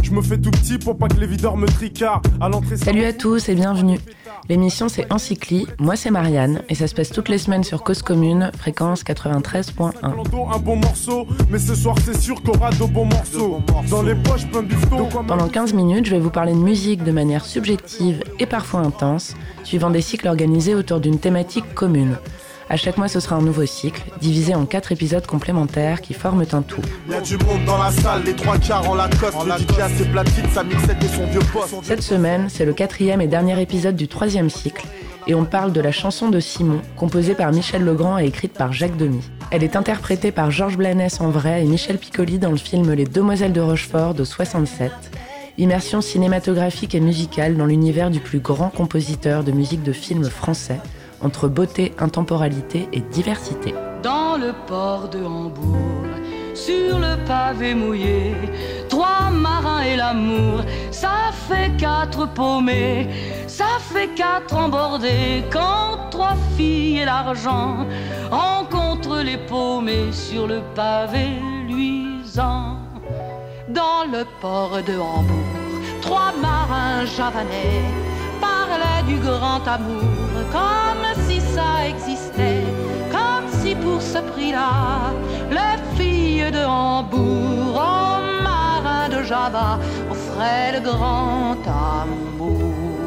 Je me fais tout petit pour pas que les videurs me tricardent. À l'entrée. Salut à tous et bienvenue. L'émission c'est Encycli, moi c'est Marianne et ça se passe toutes les semaines sur Cause Commune, fréquence 93.1. Un bon morceau, mais ce soir c'est sûr qu'on aura de bons morceaux. Dans les poches plein de bifton. Pendant 15 minutes, je vais vous parler de musique de manière subjective et parfois intense, suivant des cycles organisés autour d'une thématique commune. À chaque mois, ce sera un nouveau cycle, divisé en 4 épisodes complémentaires qui forment un tout. Il y a du monde dans la salle, les 3/4 en Lacoste. Le DJ a ses platines, sa mixette et son vieux poste. Cette semaine, c'est le 4e et dernier épisode du 3e cycle, et on parle de la chanson de Simon, composée par Michel Legrand et écrite par Jacques Demy. Elle est interprétée par Georges Blanes en vrai et Michel Piccoli dans le film Les Demoiselles de Rochefort de 67. Immersion cinématographique et musicale dans l'univers du plus grand compositeur de musique de film français, entre beauté, intemporalité et diversité. Dans le port de Hambourg, sur le pavé mouillé, 3 marins et l'amour, ça fait 4 paumés, ça fait 4 embordés, quand 3 filles et l'argent rencontrent les paumés sur le pavé luisant. Dans le port de Hambourg, 3 marins javanais parlaient du grand amour, comme si ça existait, comme si pour ce prix-là, les filles de Hambourg, aux marins de Java, offraient le grand amour.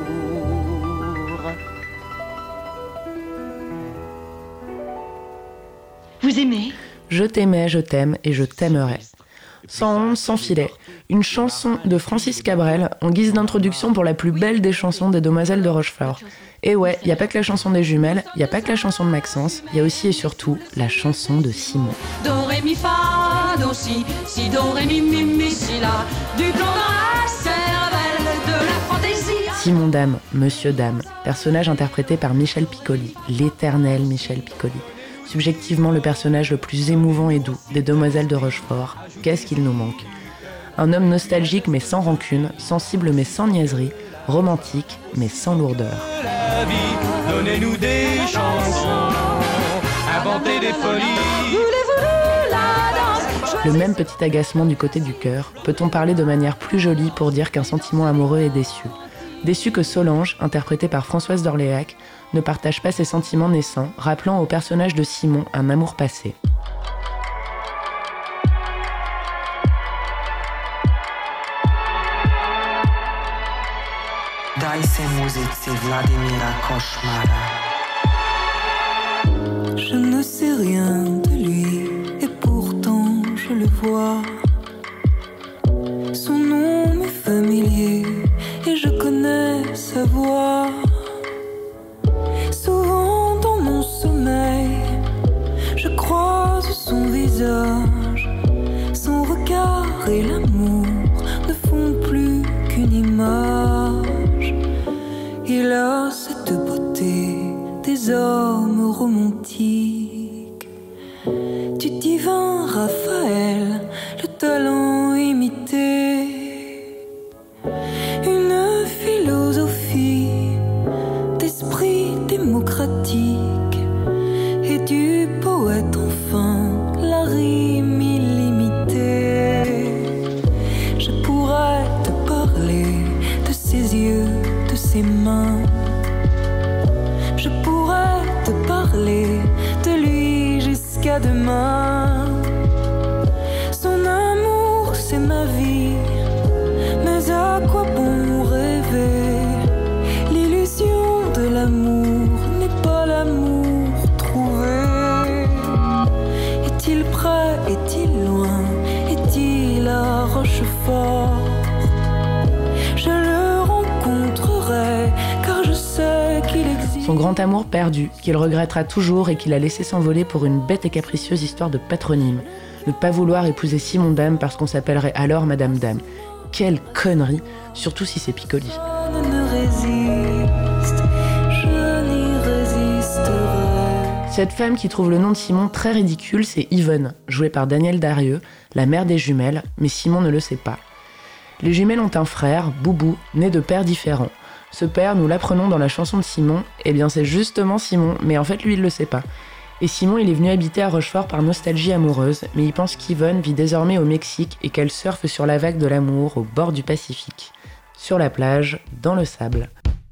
Vous aimez ? Je t'aimais, je t'aime et je t'aimerai. Sans honte, sans filet. Une chanson de Francis Cabrel en guise d'introduction pour la plus belle des chansons des Demoiselles de Rochefort. Et ouais, y a pas que la chanson des jumelles, y a pas que la chanson de Maxence, y a aussi et surtout la chanson de Simon. Do, ré, mi, fa, do, si do, ré, mi, si, la, du plomb dans la cervelle, de la fantaisie. Simon Dame, Monsieur Dame, personnage interprété par Michel Piccoli, l'éternel Michel Piccoli. Subjectivement le personnage le plus émouvant et doux des Demoiselles de Rochefort. Qu'est-ce qu'il nous manque ? Un homme nostalgique mais sans rancune, sensible mais sans niaiserie, romantique mais sans lourdeur. La vie, donnez-nous des chansons, inventez des folies. Le même petit agacement du côté du cœur, peut-on parler de manière plus jolie pour dire qu'un sentiment amoureux est déçu. Déçu que Solange, interprétée par Françoise d'Orléac, ne partage pas ses sentiments naissants, rappelant au personnage de Simon un amour passé. Dai se muzici Vladimira Košmara. Je ne sais rien de lui et pourtant je le vois. Son nom m'est familier et je connais sa voix. Souvent dans mon sommeil, je croise son visage. Son regard et l'amour ne font plus qu'une image. Il a cette beauté des hommes romantiques, du divin Raphaël, le talent imité. Une philosophie d'esprit démocratique et du poète enfin la rime illimitée. Je pourrais te parler de ses yeux, de ses mains. Je pourrais te parler de lui jusqu'à demain. Son amour c'est ma vie, mais à quoi bon rêver? L'illusion de l'amour n'est pas l'amour trouvé. Est-il près, est-il loin, est-il à Rochefort? Je le rencontrerai car je sais qu'il existe. Son grand amour perdu, qu'il regrettera toujours et qu'il a laissé s'envoler pour une bête et capricieuse histoire de patronyme. Ne pas vouloir épouser Simon Dame parce qu'on s'appellerait alors Madame Dame. Quelle connerie, surtout si c'est Piccoli. Je ne résiste, je n'y résisterai. Cette femme qui trouve le nom de Simon très ridicule, c'est Yvonne, jouée par Danielle Darieux, la mère des jumelles, mais Simon ne le sait pas. Les jumelles ont un frère, Boubou, né de pères différents. Ce père, nous l'apprenons dans la chanson de Simon, eh bien c'est justement Simon, mais en fait lui il le sait pas. Et Simon, il est venu habiter à Rochefort par nostalgie amoureuse, mais il pense qu'Yvonne vit désormais au Mexique et qu'elle surfe sur la vague de l'amour au bord du Pacifique. Sur la plage, dans le sable.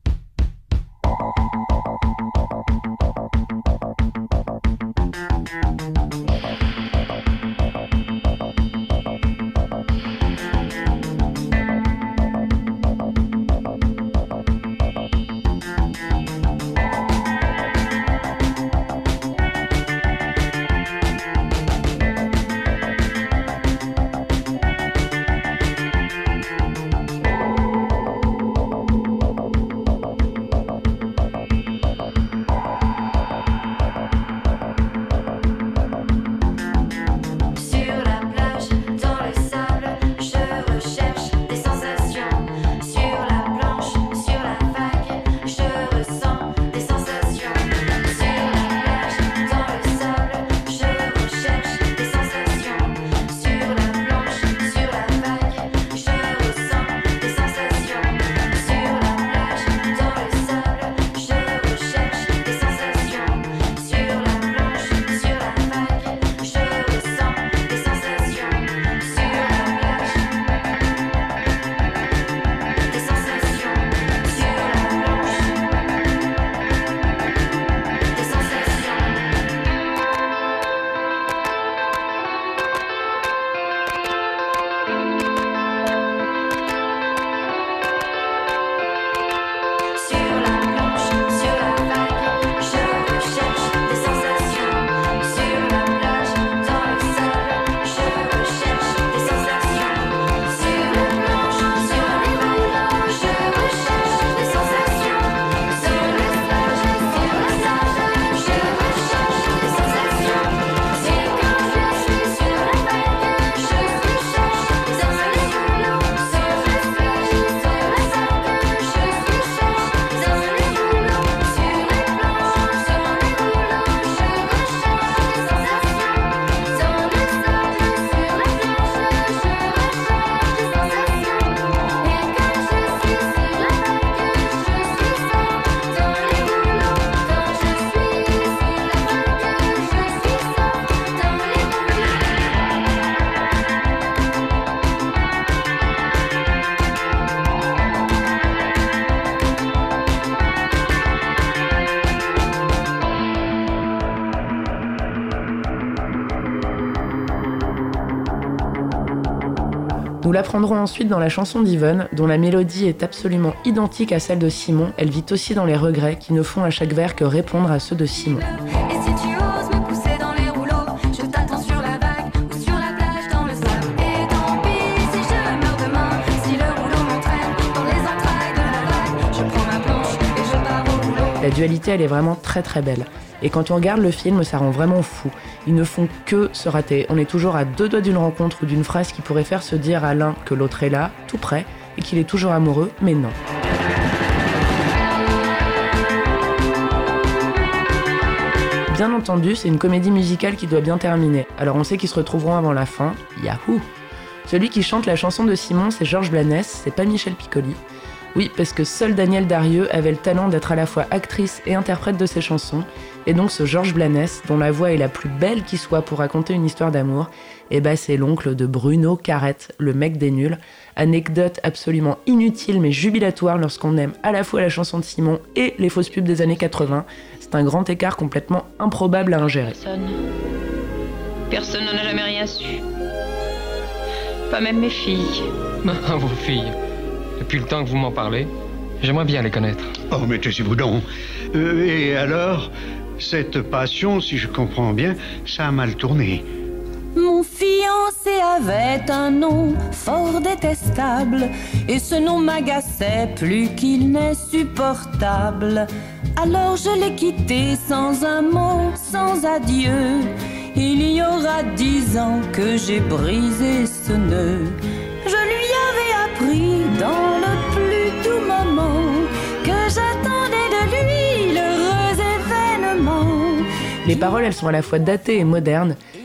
Nous l'apprendrons ensuite dans la chanson d'Yvonne, dont la mélodie est absolument identique à celle de Simon. Elle vit aussi dans les regrets qui ne font à chaque vers que répondre à ceux de Simon. Et si tu oses me pousser dans les rouleaux, je t'attends sur la vague ou sur la plage dans le sable. Et tant pis si je meurs demain, si le rouleau m'entraîne dans les entrailles de la vague, je prends ma planche et je pars au boulot. La dualité, elle est vraiment très très belle. Et quand on regarde le film, ça rend vraiment fou. Ils ne font que se rater. On est toujours à 2 doigts d'une rencontre ou d'une phrase qui pourrait faire se dire à l'un que l'autre est là, tout près, et qu'il est toujours amoureux, mais non. Bien entendu, c'est une comédie musicale qui doit bien terminer. Alors on sait qu'ils se retrouveront avant la fin. Yahoo! Celui qui chante la chanson de Simon, c'est Georges Blanès, c'est pas Michel Piccoli. Oui, parce que seul Danielle Darieux avait le talent d'être à la fois actrice et interprète de ses chansons, et donc ce Georges Blanès, dont la voix est la plus belle qui soit pour raconter une histoire d'amour, c'est l'oncle de Bruno Carrette, le mec des nuls. Anecdote absolument inutile mais jubilatoire lorsqu'on aime à la fois la chanson de Simon et les fausses pubs des années 80. C'est un grand écart complètement improbable à ingérer. Personne n'en a jamais rien su. Pas même mes filles. Vos filles. Depuis le temps que vous m'en parlez, j'aimerais bien les connaître. Oh, mais taisez-vous donc. Et alors, cette passion, si je comprends bien, ça a mal tourné. Mon fiancé avait un nom fort détestable, et ce nom m'agaçait plus qu'il n'est supportable. Alors je l'ai quitté sans un mot, sans adieu. Il y aura 10 ans que j'ai brisé ce nœud. Je lui avais appris dans le plus doux moment que j'attendais de lui l'heureux événement. Les paroles, elles sont à la fois datées et modernes,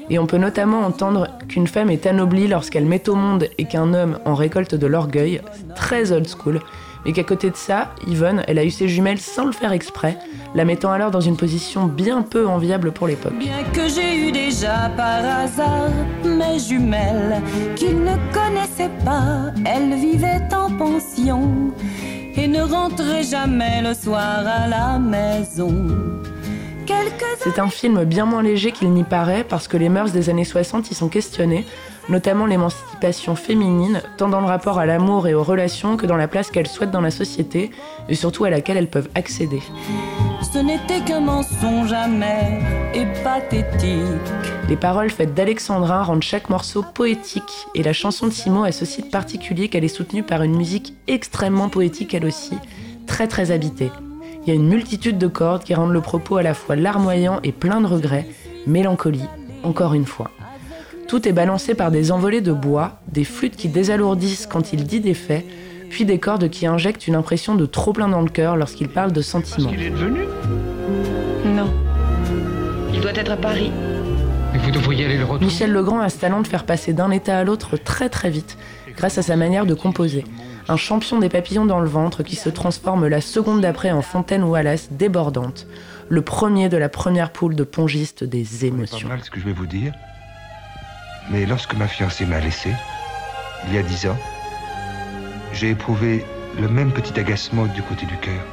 Et on peut notamment entendre qu'une femme est anoblie lorsqu'elle met au monde et qu'un homme en récolte de l'orgueil, c'est très old school, mais qu'à côté de ça, Yvonne, elle a eu ses jumelles sans le faire exprès, la mettant alors dans une position bien peu enviable pour l'époque. Bien que j'ai eu déjà par hasard mes jumelles qu'ils ne connaissaient pas, elles vivaient en pension et ne rentraient jamais le soir à la maison. C'est un film bien moins léger qu'il n'y paraît parce que les mœurs des années 60 y sont questionnées, notamment l'émancipation féminine, tant dans le rapport à l'amour et aux relations que dans la place qu'elles souhaitent dans la société et surtout à laquelle elles peuvent accéder. Ce n'était qu'un mensonge amer et pathétique. Les paroles faites d'Alexandrin rendent chaque morceau poétique et la chanson de Simon a ce site particulier qu'elle est soutenue par une musique extrêmement poétique elle aussi, très très habitée. Il y a une multitude de cordes qui rendent le propos à la fois larmoyant et plein de regrets, mélancolie, encore une fois. Tout est balancé par des envolées de bois, des flûtes qui désalourdissent quand il dit des faits, puis des cordes qui injectent une impression de trop-plein dans le cœur lorsqu'il parle de sentiments. Parce qu'il est devenu ? Non. Il doit être à Paris. Mais vous devriez aller le retrouver. Michel Legrand a ce talent de faire passer d'un état à l'autre très très vite, grâce à sa manière de composer. Un champion des papillons dans le ventre qui se transforme la seconde d'après en fontaine Wallace débordante. Le premier de la première poule de pongistes des émotions. C'est pas mal ce que je vais vous dire, mais lorsque ma fiancée m'a laissé, il y a 10 ans, j'ai éprouvé le même petit agacement du côté du cœur.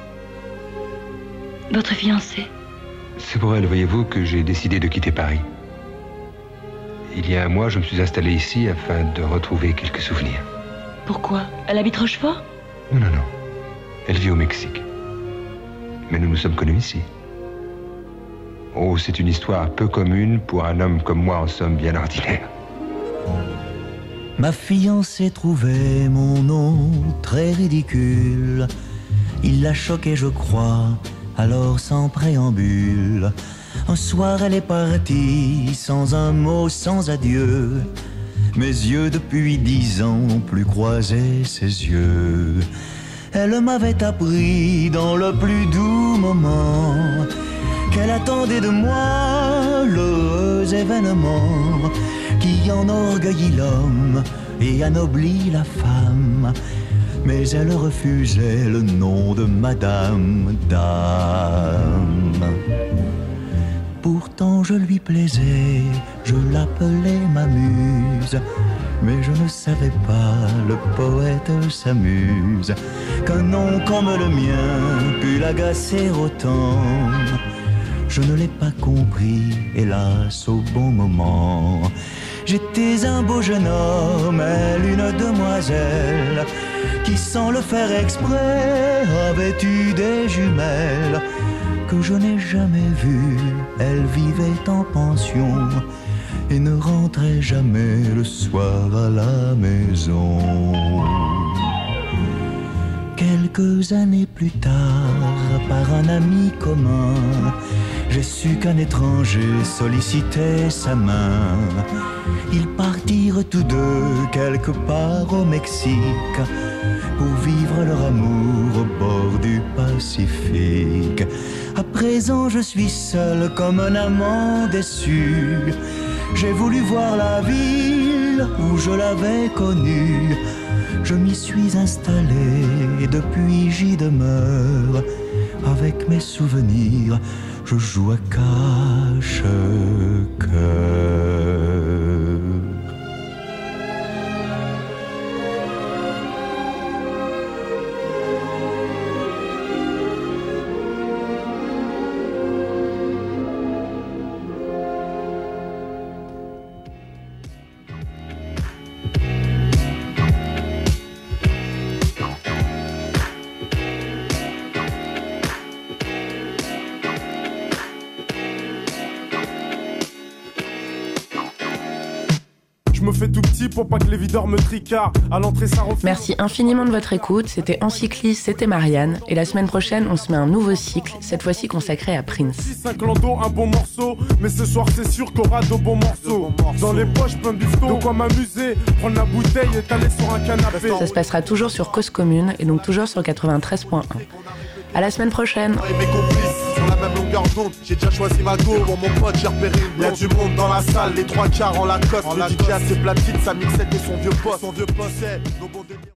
Votre fiancée? C'est pour elle, voyez-vous, que j'ai décidé de quitter Paris. Il y a un mois, je me suis installé ici afin de retrouver quelques souvenirs. Pourquoi? Elle habite Rochefort? Non. Elle vit au Mexique. Mais nous nous sommes connus ici. Oh, c'est une histoire peu commune pour un homme comme moi, en somme bien ordinaire. Ma fiancée trouvait mon nom très ridicule. Il la choquait, je crois, alors sans préambule. Un soir, elle est partie, sans un mot, sans adieu. Mes yeux, depuis 10 ans, n'ont plus croisé ses yeux. Elle m'avait appris dans le plus doux moment qu'elle attendait de moi l'heureux événement qui enorgueillit l'homme et anoblit la femme. Mais elle refusait le nom de Madame Dame. Pourtant je lui plaisais, je l'appelais ma muse. Mais je ne savais pas, le poète s'amuse, qu'un nom comme le mien pût l'agacer autant. Je ne l'ai pas compris, hélas, au bon moment. J'étais un beau jeune homme, elle une demoiselle, qui sans le faire exprès avait eu des jumelles que je n'ai jamais vues. Elle vivait en pension et ne rentrait jamais le soir à la maison. Quelques années plus tard, par un ami commun, j'ai su qu'un étranger sollicitait sa main. Ils partirent tous deux quelque part au Mexique pour vivre leur amour au bord du Pacifique. À présent je suis seul comme un amant déçu. J'ai voulu voir la ville où je l'avais connue. Je m'y suis installé et depuis j'y demeure. Avec mes souvenirs, je joue à cache-cœur. me fais tout petit pour pas que les videurs me tricardent. À l'entrée, ça refait. Merci infiniment de votre écoute. C'était Encyclis, c'était Marianne. Et la semaine prochaine, on se met un nouveau cycle, cette fois-ci consacré à Prince. 5 landaux, un bon morceau. Mais ce soir, c'est sûr qu'on aura de bons morceaux. Dans les poches, plein de bifton. De quoi m'amuser, prendre la bouteille et t'aller sur un canapé. Ça se passera toujours sur Cause Commune et donc toujours sur 93.1. À la semaine prochaine. Et mes complices, sur la même longueur Donc j'ai déjà choisi ma go, pour mon pote j'ai repéré une. Y'a du monde dans la salle, les 3 quarts en Lacoste. Le DJ a ses platines, sa mixette et son vieux poste.